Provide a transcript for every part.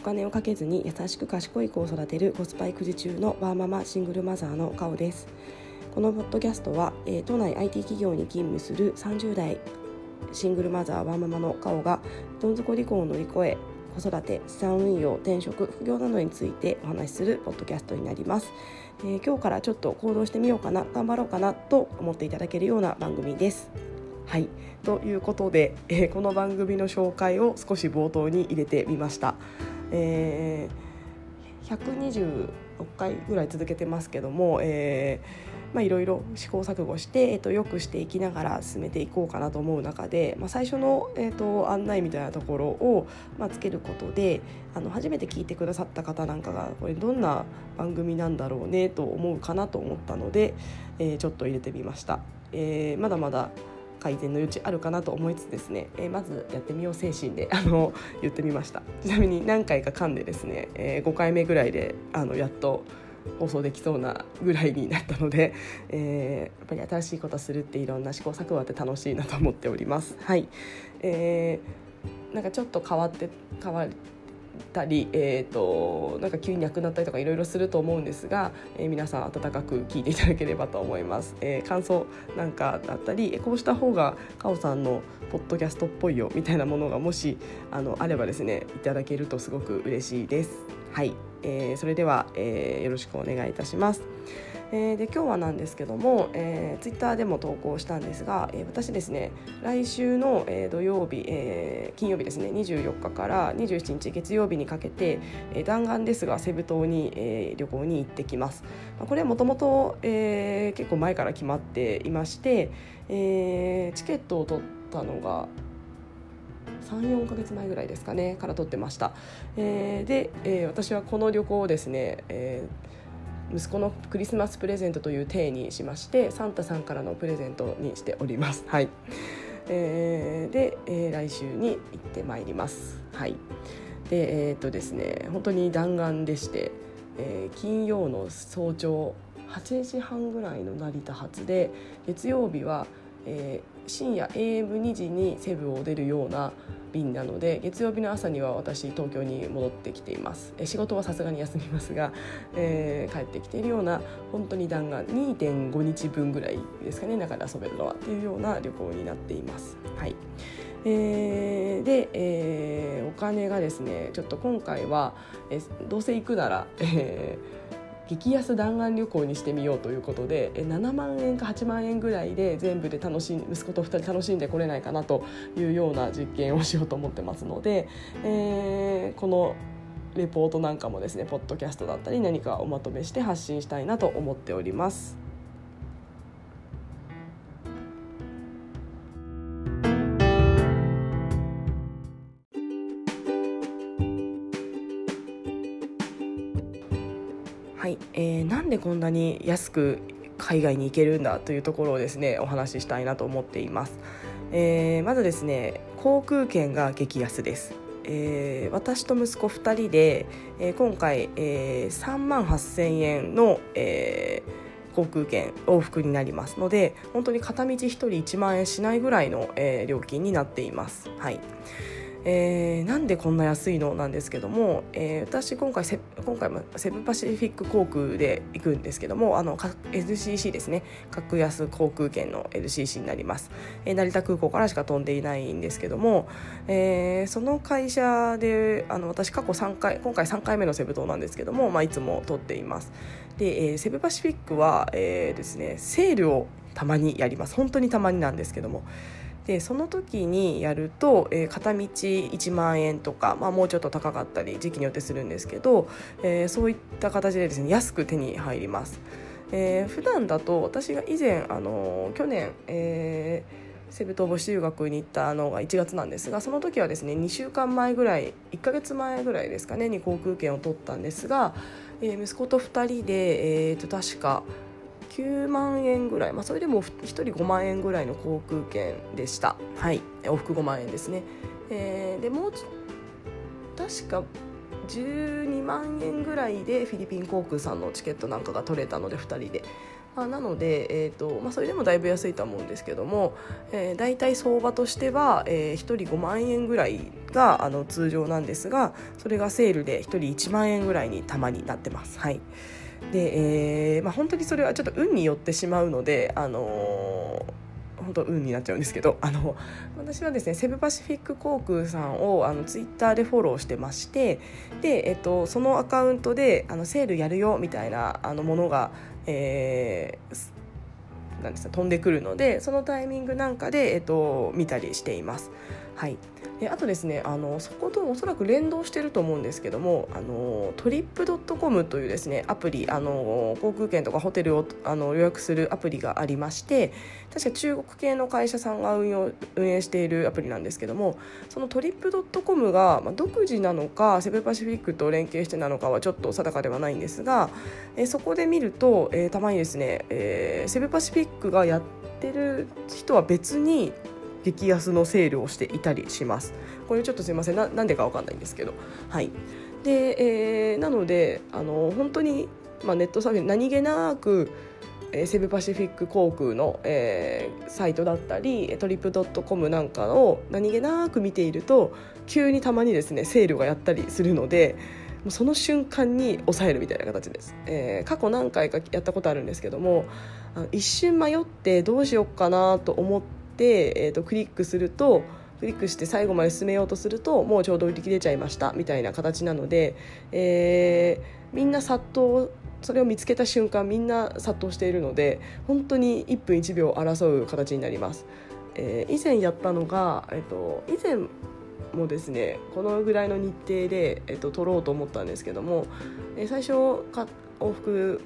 金をかけずに優しく賢い子を育てるコスパ育児中のワーママシングルマザーのカオです。このポッドキャストは、都内 IT 企業に勤務する30代シングルマザーワーママのカオがどん底離婚を乗り越え、子育て、資産運用、転職、副業などについてお話しするポッドキャストになります。今日からちょっと行動してみようかな、頑張ろうかなと思っていただけるような番組です。はい、ということで、この番組の紹介を少し冒頭に入れてみました。126回ぐらい続けてますけども、いろいろ試行錯誤して、良くしていきながら進めていこうかなと思う中で、最初の、案内みたいなところを、つけることで初めて聞いてくださった方なんかがこれどんな番組なんだろうねと思うかなと思ったので、ちょっと入れてみました。まだまだ改善の余地あるかなと思いつつですね、まずやってみよう精神で言ってみました。ちなみに何回か噛んでですね、5回目ぐらいでやっと放送できそうなぐらいになったので、やっぱり新しいことするっていろんな試行錯誤って楽しいなと思っております。はい、なんかちょっと変わったり、なんか急になくなったりとかいろいろすると思うんですが、皆さん温かく聞いていただければと思います。感想なんかだったり、こうした方がカオさんのポッドキャストっぽいよみたいなものがもしあればですね、いただけるとすごく嬉しいです。はい、それでは、よろしくお願いいたします。で今日はなんですけども、ツイッターでも投稿したんですが、私ですね、来週の、土曜日、金曜日ですね、24日から27日月曜日にかけて、弾丸ですがセブ島に、旅行に行ってきます。これはもともと結構前から決まっていまして、チケットを取ったのが3,4 ヶ月前ぐらいですかねから取ってました。で、私はこの旅行をですね、息子のクリスマスプレゼントという体にしまして、サンタさんからのプレゼントにしております。はい、で、来週に行ってまいります。はい、で、ですね、本当に弾丸でして、金曜の早朝8時半ぐらいの成田発で、月曜日は、深夜 AM2 時にセブを出るような便なので、月曜日の朝には私東京に戻ってきています。仕事はさすがに休みますが、帰ってきているような本当に弾丸 2.5 日分ぐらいですかね、中で遊べるのはっていうような旅行になっています。はい、で、お金がですね、ちょっと今回は、どうせ行くなら、激安弾丸旅行にしてみようということで、7万円か8万円ぐらいで全部で息子と2人楽しんでこれないかなというような実験をしようと思ってますので、このレポートなんかもですね、ポッドキャストだったり何かおまとめして発信したいなと思っております。はい、なんでこんなに安く海外に行けるんだというところをですね、お話ししたいなと思っています。まずですね、航空券が激安です。私と息子2人で、今回、3万8,000円の、航空券往復になりますので、本当に片道1人1万円しないぐらいの、料金になっています。はい、なんでこんな安いのなんですけども、私今回もセブパシフィック航空で行くんですけども、LCC ですね、格安航空券の LCC になります。成田空港からしか飛んでいないんですけども、その会社で私過去3回、今回3回目のセブ島なんですけども、いつも取っています。で、セブパシフィックは、ですね、セールをたまにやります。本当にたまになんですけども、でその時にやると、片道1万円とか、もうちょっと高かったり時期によってするんですけど、そういった形でですね、安く手に入ります。普段だと私が以前去年、セブ島母子留学に行ったのが1月なんですが、その時はですね、2週間前ぐらい、1ヶ月前ぐらいですかねに航空券を取ったんですが、息子と2人で、確か9万円ぐらい、それでも1人5万円ぐらいの航空券でした。はい、往復5万円ですね。でもう確か12万円ぐらいでフィリピン航空さんのチケットなんかが取れたので、2人で、なので、それでもだいぶ安いと思うんですけども、だいたい相場としては、1人5万円ぐらいが通常なんですが、それがセールで1人1万円ぐらいにたまになってます。はい。で、本当にそれはちょっと運によってしまうので、本当運になっちゃうんですけど、私はですねセブパシフィック航空さんをツイッターでフォローしてまして、で、そのアカウントでセールやるよみたいなものが、なんですか、飛んでくるので、そのタイミングなんかで、見たりしています。はい。であとですね、そことおそらく連動してると思うんですけども、トリップドットコムというですねアプリ、航空券とかホテルを予約するアプリがありまして、確か中国系の会社さんが運営しているアプリなんですけども、そのトリップドットコムが、独自なのかセブパシフィックと連携してなのかはちょっと定かではないんですが、そこで見ると、たまにですね、セブパシフィックがやってる人は別に激安のセールをしていたりします。これちょっとすいません、なんでかわかんないんですけど、はい。で、なので本当に、ネットサーフィン何気なくセブパシフィック航空の、サイトだったりトリップドットコムなんかを何気なく見ていると、急にたまにですねセールがやったりするので、もうその瞬間に抑えるみたいな形です。過去何回かやったことあるんですけども、一瞬迷ってどうしようかなと思って、クリックして最後まで進めようとすると、もうちょうど売り切れちゃいましたみたいな形なので、みんなそれを見つけた瞬間みんな殺到しているので、本当に1分1秒争う形になります。以前やったのが、以前もですねこのぐらいの日程で、取ろうと思ったんですけども、最初往復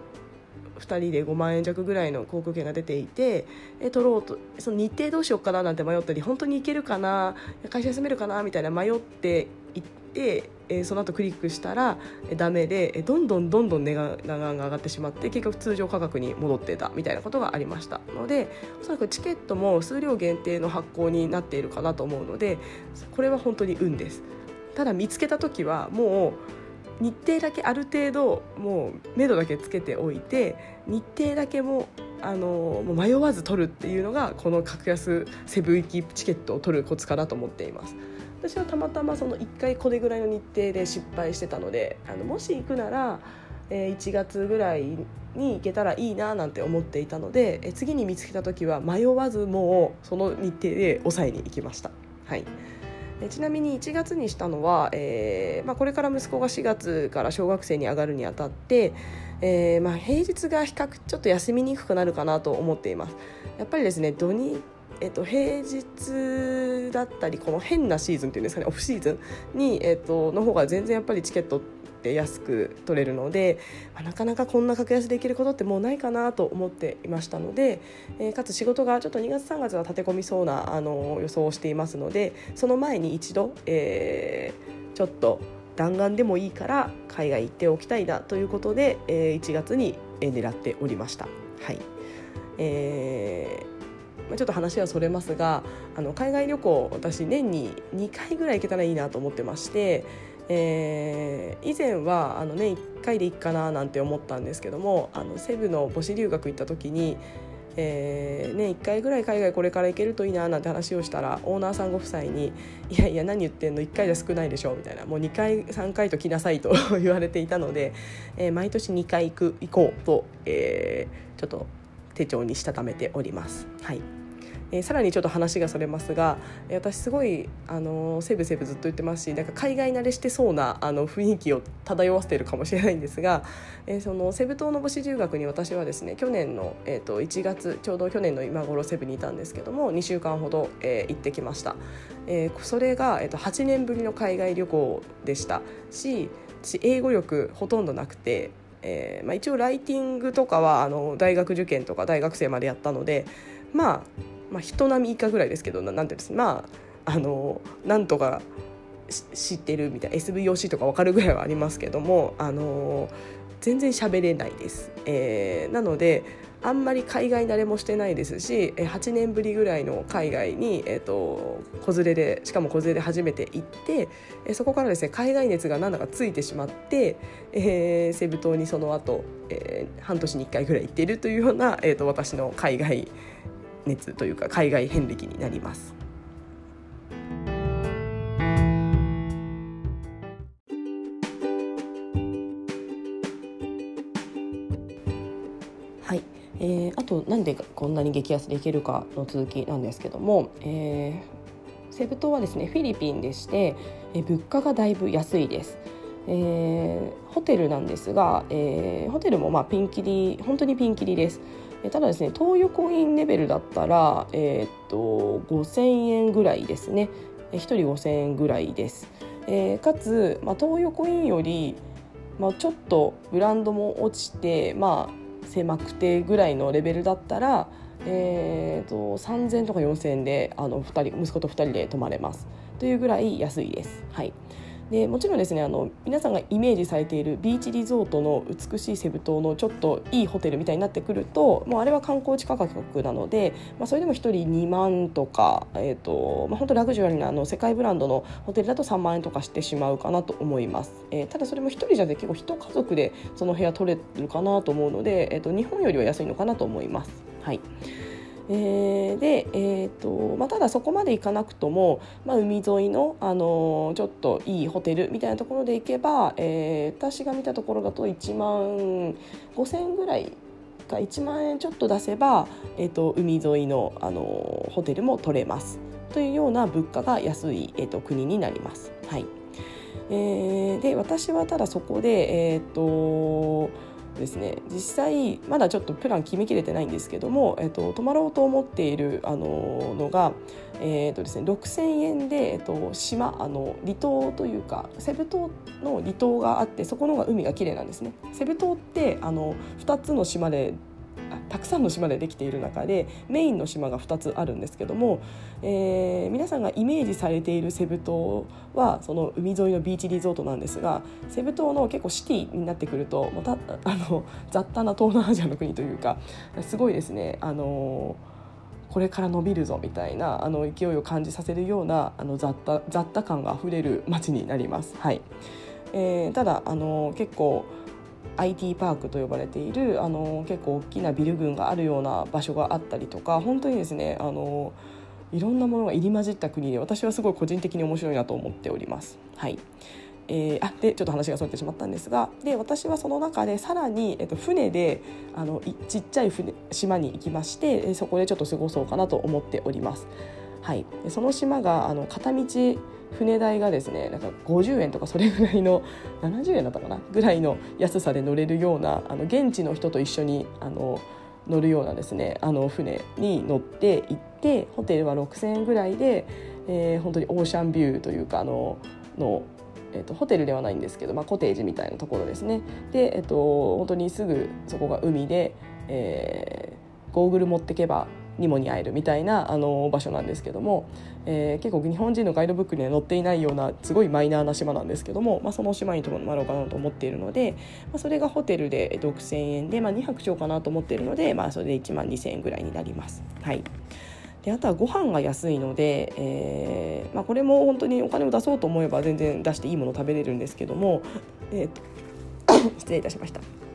2人で5万円弱ぐらいの航空券が出ていて、取ろうと、その日程どうしようかななんて迷ったり、本当に行けるかな、会社休めるかなみたいな迷っていって、その後クリックしたらダメで、どんどん値段が上がってしまって、結局通常価格に戻ってたみたいなことがありましたので、おそらくチケットも数量限定の発行になっているかなと思うので、これは本当に運です。ただ見つけた時はもう日程だけある程度もう目処だけつけておいて、日程だけもう迷わず取るっていうのがこの格安セブ行きチケットを取るコツかなと思っています。私はたまたまその1回これぐらいの日程で失敗してたので、もし行くなら1月ぐらいに行けたらいいななんて思っていたので、次に見つけた時は迷わずもうその日程で抑えに行きました。はい。ちなみに1月にしたのは、これから息子が4月から小学生に上がるにあたって、平日が比較ちょっと休みにくくなるかなと思っています。やっぱりですね平日だったりこの変なシーズンっていうんですかね、オフシーズンに、の方が全然やっぱりチケットって安く取れるので、なかなかこんな格安で行けることってもうないかなと思っていましたので、かつ仕事がちょっと2月3月は立て込みそうな予想をしていますので、その前に一度、ちょっと弾丸でもいいから海外行っておきたいなということで、1月に狙っておりました。はい。ちょっと話はそれますが、海外旅行私年に2回ぐらい行けたらいいなと思ってまして、以前は年1回でいいかななんて思ったんですけども、セブの母子留学行った時に、年1回ぐらい海外これから行けるといいななんて話をしたら、オーナーさんご夫妻にいやいや何言ってんの、1回じゃ少ないでしょみたいな、もう2回3回と来なさいと言われていたので、毎年2回行こうと、ちょっと手帳にしたためております。はい。さらにちょっと話がそれますが、私すごいセブずっと言ってますし、なんか海外慣れしてそうな雰囲気を漂わせているかもしれないんですが、そのセブ島の母子留学に私はですね去年の、1月ちょうど去年の今頃セブにいたんですけども、2週間ほど、行ってきました。それが、8年ぶりの海外旅行でしたし、私英語力ほとんどなくて、一応ライティングとかは大学受験とか大学生までやったので、人並み以下ぐらいですけど、なんていうんですなんとか知ってるみたいな SVOC とか分かるぐらいはありますけども、全然喋れないです。なのであんまり海外慣れもしてないですし、8年ぶりぐらいの海外に、子連れで初めて行って、そこからですね海外熱がなんだかついてしまって、セブ島にその後、半年に1回ぐらい行っているというような、私の海外熱というか海外遍歴になります。 となんでこんなに激安で行けるかの続きなんですけども、セブ島はですねフィリピンでして、物価がだいぶ安いです。ホテルなんですが、ホテルもピンキリ、本当にピンキリです。ただですね、東横インレベルだったら、5000円ぐらいですね。1人5000円ぐらいです。かつ、東横インより、ちょっとブランドも落ちて、狭くてぐらいのレベルだったら、3000とか4000円で息子と2人で泊まれますというぐらい安いです。はい。でもちろんですね、皆さんがイメージされているビーチリゾートの美しいセブ島のちょっといいホテルみたいになってくると、もうあれは観光地価格なので、それでも1人2万とか、本当ラグジュアリーな世界ブランドのホテルだと3万円とかしてしまうかなと思います。ただそれも1人じゃで結構1家族でその部屋取れるかなと思うので、日本よりは安いのかなと思います。はい。で、ただそこまで行かなくとも、海沿いの、ちょっといいホテルみたいなところで行けば、私が見たところだと1万5000円ぐらいか1万円ちょっと出せば、海沿いの、ホテルも取れますというような物価が安い、国になります。はい。で私はただそこでですね、実際まだちょっとプラン決めきれてないんですけども、泊まろうと思っているのが、ですね、6000円で、島離島というかセブ島の離島があって、そこの方が海が綺麗なんですね。セブ島って2つの島でたくさんの島でできている中でメインの島が2つあるんですけども、皆さんがイメージされているセブ島はその海沿いのビーチリゾートなんですが、セブ島の結構シティになってくると雑多な東南アジアの国というか、すごいですね、これから伸びるぞみたいな勢いを感じさせるような雑多感があふれる街になります。はい。ただ結構IT パークと呼ばれている結構大きなビル群があるような場所があったりとか、本当にですねいろんなものが入り混じった国で、私はすごい個人的に面白いなと思っております。はい。でちょっと話がそれてしまったんですが、で私はその中でさらに、船でちっちゃい島に行きまして、そこでちょっと過ごそうかなと思っております。はい。その島が片道船代がですね、なんか50円とかそれぐらいの70円だったかなぐらいの安さで乗れるような現地の人と一緒に乗るようなですね船に乗って行って、ホテルは6000円ぐらいで、本当にオーシャンビューというかホテルではないんですけど、コテージみたいなところですね。で、本当にすぐそこが海で、ゴーグル持ってけばニモに会えるみたいな場所なんですけども、結構日本人のガイドブックには載っていないようなすごいマイナーな島なんですけども、その島に泊まろうかなと思っているので、それがホテルで6000円で、2泊しようかなと思っているので、それで1万2000円ぐらいになります。はい。であとはご飯が安いので、これも本当にお金を出そうと思えば全然出していいものを食べれるんですけども、失礼いたしました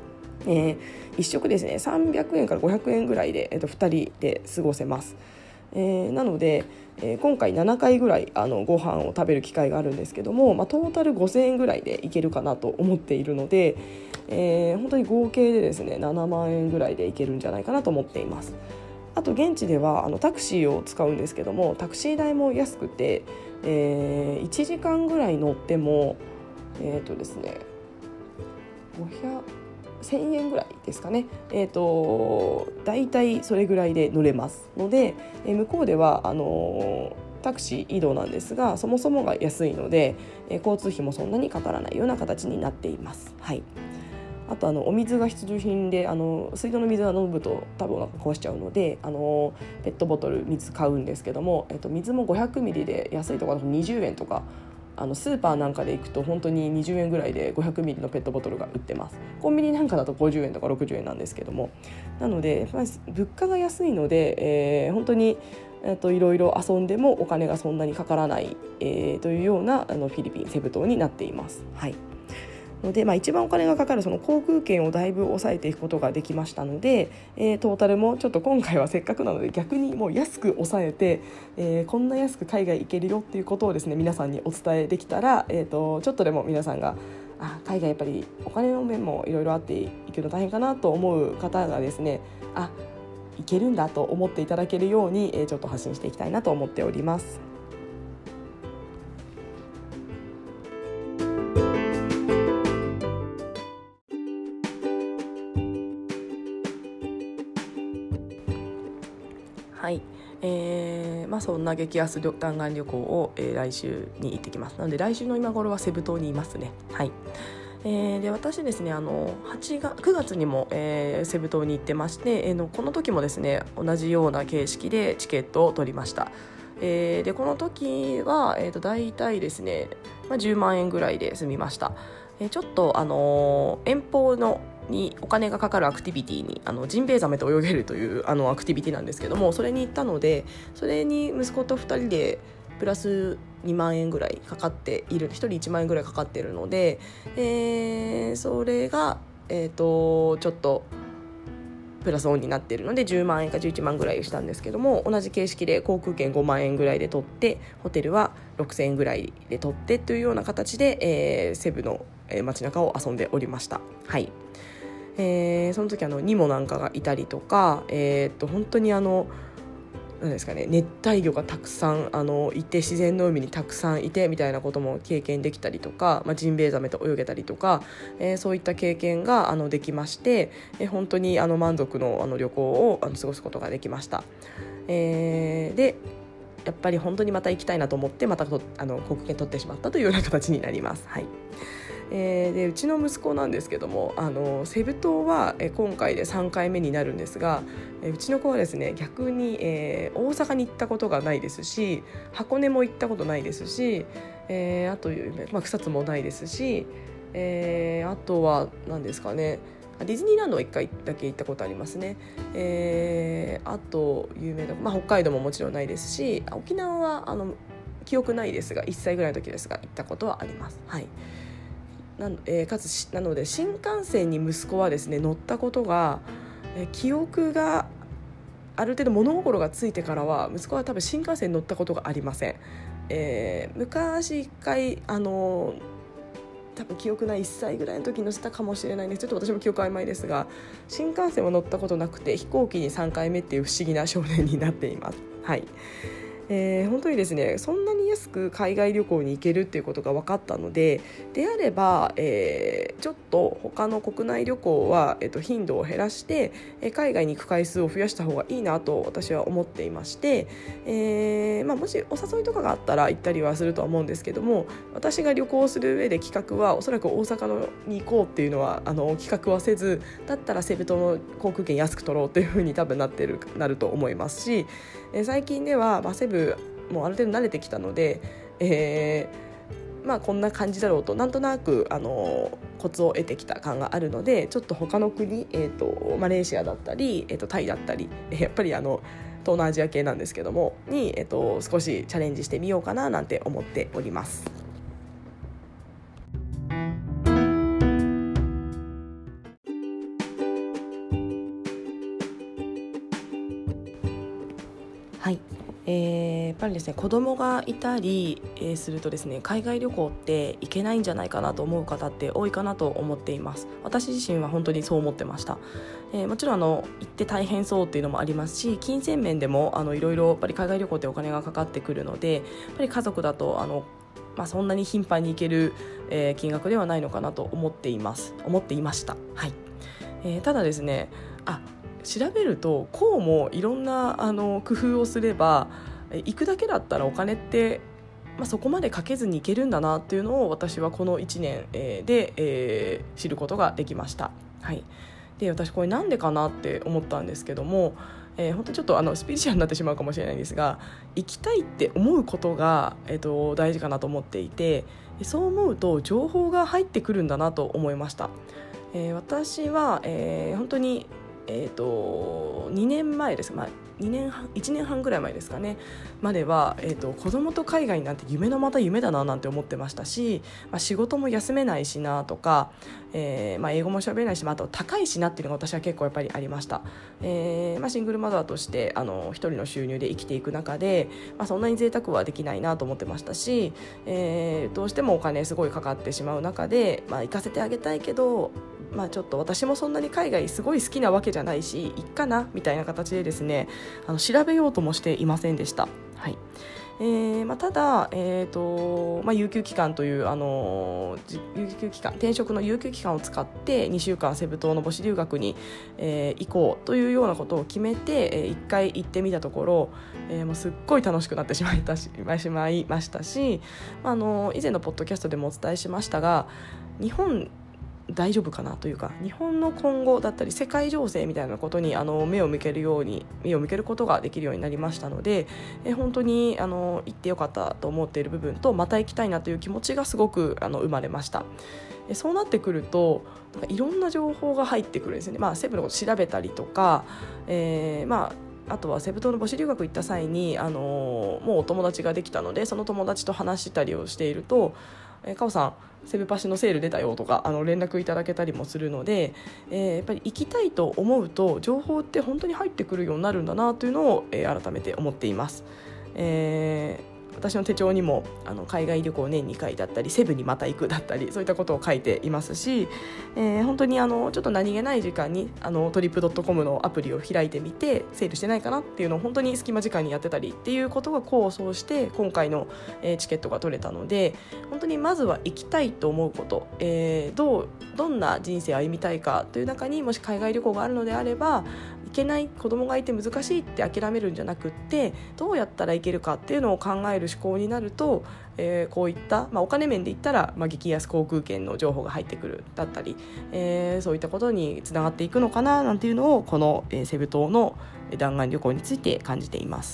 。1食ですね300円から500円ぐらいで、2人で過ごせます。なので、今回7回ぐらいご飯を食べる機会があるんですけども、トータル5000円ぐらいでいけるかなと思っているので、本当に合計でですね7万円ぐらいでいけるんじゃないかなと思っています。あと現地ではタクシーを使うんですけども、タクシー代も安くて、1時間ぐらい乗ってもですね1000円ぐらいですかね。だいたいそれぐらいで乗れますので、向こうではタクシー移動なんですが、そもそもが安いので、交通費もそんなにかからないような形になっています。はい。あとお水が必需品で、水道の水は飲むと多分お腹壊しちゃうのでペットボトル水買うんですけども、水も500ミリで安いところだと20円とか、スーパーなんかで行くと本当に20円ぐらいで500ミリのペットボトルが売ってます。コンビニなんかだと50円とか60円なんですけども、なので物価が安いので、本当にいろいろ遊んでもお金がそんなにかからない、というようなフィリピンセブ島になっています。はい。ので、一番お金がかかるその航空券をだいぶ抑えていくことができましたので、トータルもちょっと今回はせっかくなので逆にもう安く抑えて、こんな安く海外行けるよっていうことをですね皆さんにお伝えできたら、ちょっとでも皆さんが海外やっぱりお金の面もいろいろあっていくの大変かなと思う方がですねいけるんだと思っていただけるように、ちょっと発信していきたいなと思っております。はい、そんな激安弾丸旅行を、来週に行ってきます。なので来週の今頃はセブ島にいますね。はい。で私ですね9月にも、セブ島に行ってまして、この時もですね同じような形式でチケットを取りました。でこの時は、だいたいですね、10万円ぐらいで済みました。ちょっと、遠方のにお金がかかるアクティビティにジンベエザメと泳げるというアクティビティなんですけども、それに行ったので、それに息子と2人でプラス2万円ぐらいかかっている、1人1万円ぐらいかかっているので、それが、ちょっとプラスオンになっているので10万円か11万ぐらいしたんですけども、同じ形式で航空券5万円ぐらいで取って、ホテルは6000円ぐらいで取ってというような形で、セブの街中を遊んでおりました。はい。その時ニモなんかがいたりとか、本当に何ですかね、熱帯魚がたくさんいて、自然の海にたくさんいてみたいなことも経験できたりとか、ジンベエザメと泳げたりとか、そういった経験ができまして、本当に満足の旅行を過ごすことができました。でやっぱり本当にまた行きたいなと思って、また航空券取ってしまったというような形になります。はい。でうちの息子なんですけども、セブ島は今回で3回目になるんですが、うちの子はですね逆に、大阪に行ったことがないですし、箱根も行ったことないですし、あと、草津もないですし、あとは何ですかね、ディズニーランドは1回だけ行ったことありますね。あと有名な、北海道ももちろんないですし、沖縄は記憶ないですが1歳ぐらいの時ですが行ったことはあります。はい。なので新幹線に息子はですね乗ったことが、記憶がある程度物心がついてからは息子は多分新幹線に乗ったことがありません。昔1回多分記憶ない1歳ぐらいの時に乗せたかもしれないんです。ちょっと私も記憶曖昧ですが、新幹線は乗ったことなくて、飛行機に3回目っていう不思議な少年になっています。はい。本当にですねそんなに安く海外旅行に行けるっていうことが分かったので、であれば、ちょっと他の国内旅行は、頻度を減らして、海外に行く回数を増やした方がいいなと私は思っていまして、もしお誘いとかがあったら行ったりはするとは思うんですけども、私が旅行する上で企画はおそらく大阪に行こうっていうのは企画はせず、だったらセブ島の航空券安く取ろうというふうに多分なると思いますし、最近では、セブもうある程度慣れてきたので、こんな感じだろうとなんとなくコツを得てきた感があるので、ちょっと他の国、マレーシアだったり、タイだったり、やっぱり東南アジア系なんですけどもに、少しチャレンジしてみようかななんて思っております。はい。やっぱりですね子供がいたり、するとですね海外旅行って行けないんじゃないかなと思う方って多いかなと思っています。私自身は本当にそう思ってました。もちろん行って大変そうっていうのもありますし、金銭面でもいろいろやっぱり海外旅行ってお金がかかってくるので、やっぱり家族だとそんなに頻繁に行ける、金額ではないのかなと思っていました。はい。ただですね調べるとこうもいろんな工夫をすれば行くだけだったらお金って、そこまでかけずに行けるんだなっていうのを私はこの1年で知ることができました。はい。で私これなんでかなって思ったんですけども、本当にちょっとスピリチュアルになってしまうかもしれないんですが、行きたいって思うことが、大事かなと思っていて、そう思うと情報が入ってくるんだなと思いました。私は、本当に2年前です、1年半ぐらい前ですかねまでは、子供と海外なんて夢のまた夢だななんて思ってましたし、仕事も休めないしなとか、英語も喋れないし、あと高いしなっていうのが私は結構やっぱりありました。シングルマザーとして一人の収入で生きていく中で、そんなに贅沢はできないなと思ってましたし、どうしてもお金すごいかかってしまう中で、行かせてあげたいけどちょっと私もそんなに海外すごい好きなわけじゃないしいっかなみたいな形でですね調べようともしていませんでした。はい。ただ、有給期間という有給期間転職の有給期間を使って2週間セブ島の母子留学に、行こうというようなことを決めて、1回行ってみたところ、もうすっごい楽しくなってしまいましたし、以前のポッドキャストでもお伝えしましたが日本大丈夫かなというか日本の今後だったり世界情勢みたいなことに目を向けることができるようになりましたので、本当に行ってよかったと思っている部分とまた行きたいなという気持ちがすごく生まれました。そうなってくるといろんな情報が入ってくるんですよね。セブのこと調べたりとか、あとはセブ島の母子留学行った際にもうお友達ができたのでその友達と話したりをしているとカオさんセブパシのセール出たよとか連絡いただけたりもするので、やっぱり行きたいと思うと情報って本当に入ってくるようになるんだなというのを、改めて思っています。私の手帳にも海外旅行年2回だったりセブにまた行くだったりそういったことを書いていますし、本当にちょっと何気ない時間にトリップ .com のアプリを開いてみてセールしてないかなっていうのを本当に隙間時間にやってたりっていうことが功を奏して今回のチケットが取れたので本当にまずは行きたいと思うこと、どんな人生を歩みたいかという中にもし海外旅行があるのであれば行けない子供がいて難しいって諦めるんじゃなくってどうやったらいけるかっていうのを考える思考になると、こういった、お金面で言ったら、激安航空券の情報が入ってくるだったり、そういったことにつながっていくのかななんていうのをこの、セブ島の弾丸旅行について感じています。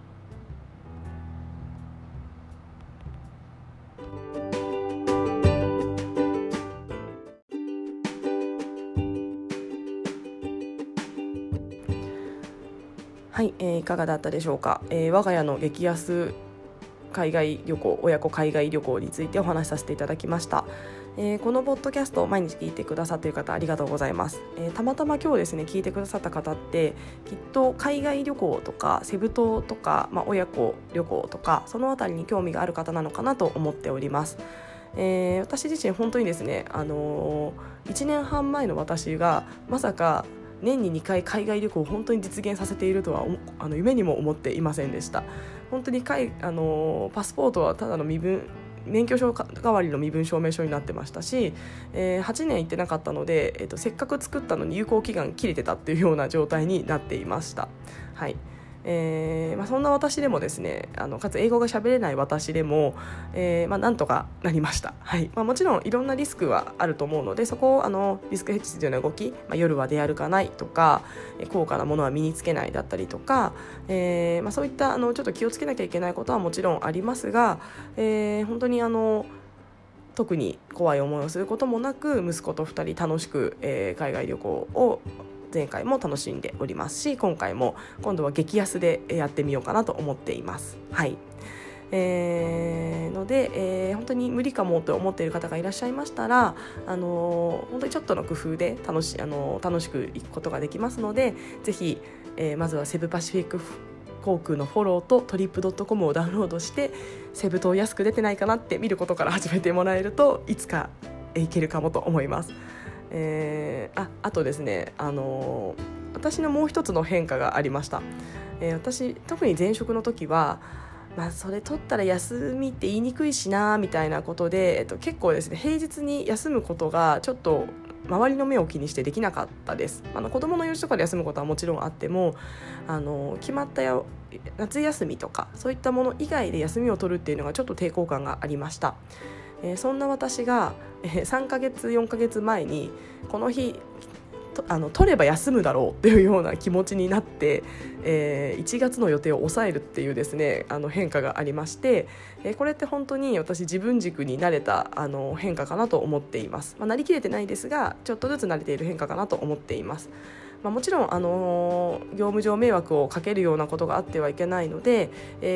はい、いかがだったでしょうか。我が家の激安海外旅行親子海外旅行についてお話しさせていただきました。このポッドキャストを毎日聞いてくださっている方ありがとうございます。たまたま今日ですね聞いてくださった方ってきっと海外旅行とかセブ島とか、親子旅行とかそのあたりに興味がある方なのかなと思っております。私自身本当にですね、1年半前の私がまさか年に2回海外旅行を本当に実現させているとは夢にも思っていませんでした。本当にパスポートはただの免許証代わりの身分証明書になってましたし、8年行ってなかったので、せっかく作ったのに有効期限切れてたっていうような状態になっていました。はい。そんな私でもですねかつ英語が喋れない私でも、なんとかなりました。はい。もちろんいろんなリスクはあると思うのでそこをリスクヘッジというような動き、夜は出歩かないとか高価なものは身につけないだったりとか、そういったちょっと気をつけなきゃいけないことはもちろんありますが、本当に特に怖い思いをすることもなく息子と2人楽しく、海外旅行を前回も楽しんでおりますし今度は激安でやってみようかなと思っています。はい。ので、本当に無理かもと思っている方がいらっしゃいましたら本当にちょっとの工夫で楽しく行くことができますのでぜひ、まずはセブパシフィック航空のフォローとトリップ .com をダウンロードしてセブ島安く出てないかなって見ることから始めてもらえるといつか行けるかもと思います。あとですね、私のもう一つの変化がありました。私特に前職の時は、それ取ったら休みって言いにくいしなみたいなことで、結構ですね平日に休むことがちょっと周りの目を気にしてできなかったです。子供の用事とかで休むことはもちろんあっても決まった夏休みとかそういったもの以外で休みを取るっていうのがちょっと抵抗感がありました。そんな私が3ヶ月4ヶ月前にこの日取れば休むだろうっていうような気持ちになって、1月の予定を抑えるっていうですね変化がありまして、これって本当に私自分軸に慣れた変化かなと思っています。なりきれてないですがちょっとずつ慣れている変化かなと思っています。もちろん業務上迷惑をかけるようなことがあってはいけないので、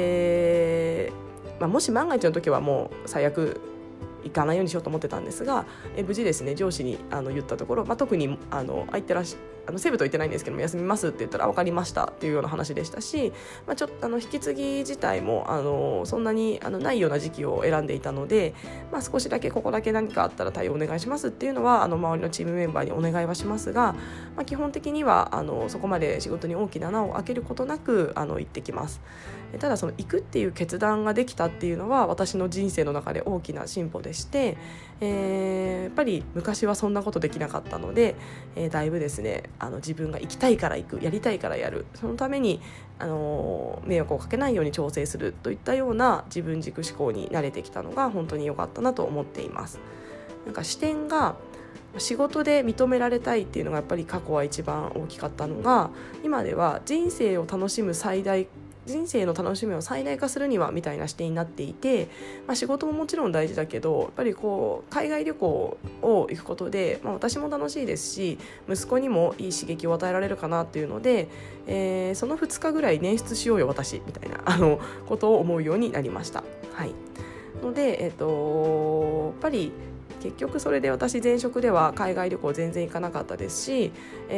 もし万が一の時はもう最悪行かないようにしようと思ってたんですが、無事ですね上司に言ったところ、特に空生徒言ってないんですけども休みますって言ったら分かりましたっていうような話でしたし、ちょっと引き継ぎ自体もそんなにないような時期を選んでいたので、少しだけここだけ何かあったら対応お願いしますっていうのは周りのチームメンバーにお願いはしますが、基本的にはそこまで仕事に大きな穴を開けることなく行ってきます。ただその行くっていう決断ができたっていうのは私の人生の中で大きな進歩でして、やっぱり昔はそんなことできなかったので、だいぶですね自分が行きたいから行く、やりたいからやる、そのために迷惑をかけないように調整するといったような自分軸思考に慣れてきたのが本当に良かったなと思っています。なんか視点が仕事で認められたいっていうのがやっぱり過去は一番大きかったのが、今では人生の楽しみを最大化するにはみたいな視点になっていて、仕事ももちろん大事だけどやっぱり海外旅行を行くことで、私も楽しいですし息子にもいい刺激を与えられるかなっていうので、その2日ぐらい捻出しようよ私みたいなことを思うようになりました。ので、やっぱり結局それで私前職では海外旅行全然行かなかったですし、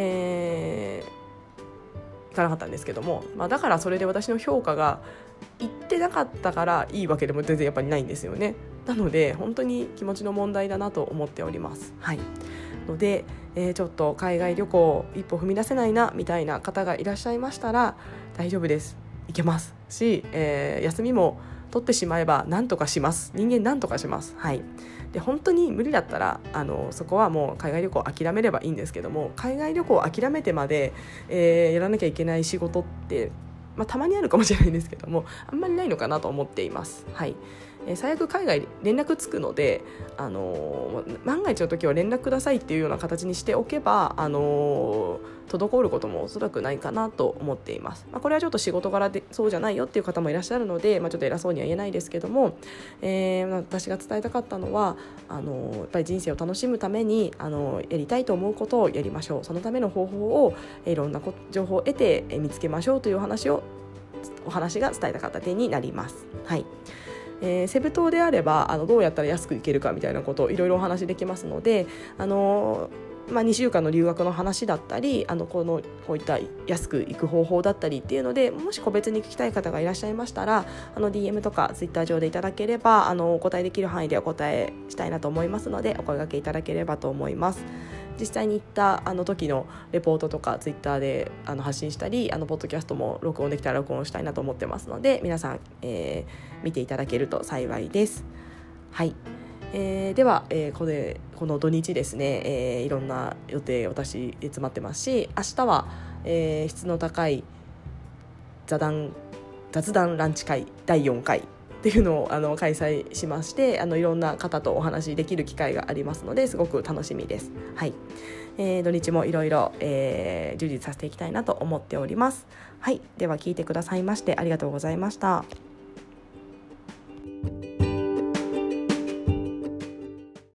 行かなかったんですけども、だからそれで私の評価がいってなかったからいいわけでも全然やっぱりないんですよね。なので本当に気持ちの問題だなと思っております。ので、ちょっと海外旅行一歩踏み出せないなみたいな方がいらっしゃいましたら大丈夫です、行けますし、休みも取ってしまえば何とかします。人間何とかします。で本当に無理だったらそこはもう海外旅行諦めればいいんですけども、海外旅行を諦めてまで、やらなきゃいけない仕事って、たまにあるかもしれないんですけどもあんまりないのかなと思っています。最悪海外連絡つくので、万が一の時は連絡くださいっていうような形にしておけば滞ることもおそらくないかなと思っています。これはちょっと仕事柄でそうじゃないよっていう方もいらっしゃるので、ちょっと偉そうには言えないですけども、私が伝えたかったのはやっぱり人生を楽しむためにやりたいと思うことをやりましょう。そのための方法をいろんな情報を得て見つけましょうというお話が伝えたかった点になります。セブ島であればどうやったら安く行けるかみたいなことをいろいろお話できますので、2週間の留学の話だったりこういった安く行く方法だったりっていうので、もし個別に聞きたい方がいらっしゃいましたらDM とか Twitter 上でいただければお答えできる範囲でお答えしたいなと思いますのでお声掛けいただければと思います。実際に行った時のレポートとかツイッターで発信したりポッドキャストも録音できたら録音したいなと思ってますので皆さん、見ていただけると幸いです。では、この土日ですね、いろんな予定私詰まってますし、明日は、質の高い雑談ランチ会第4回っていうのを開催しまして、いろんな方とお話できる機会がありますのですごく楽しみです。土日もいろいろ充実させていきたいなと思っております。では聞いてくださいましてありがとうございました。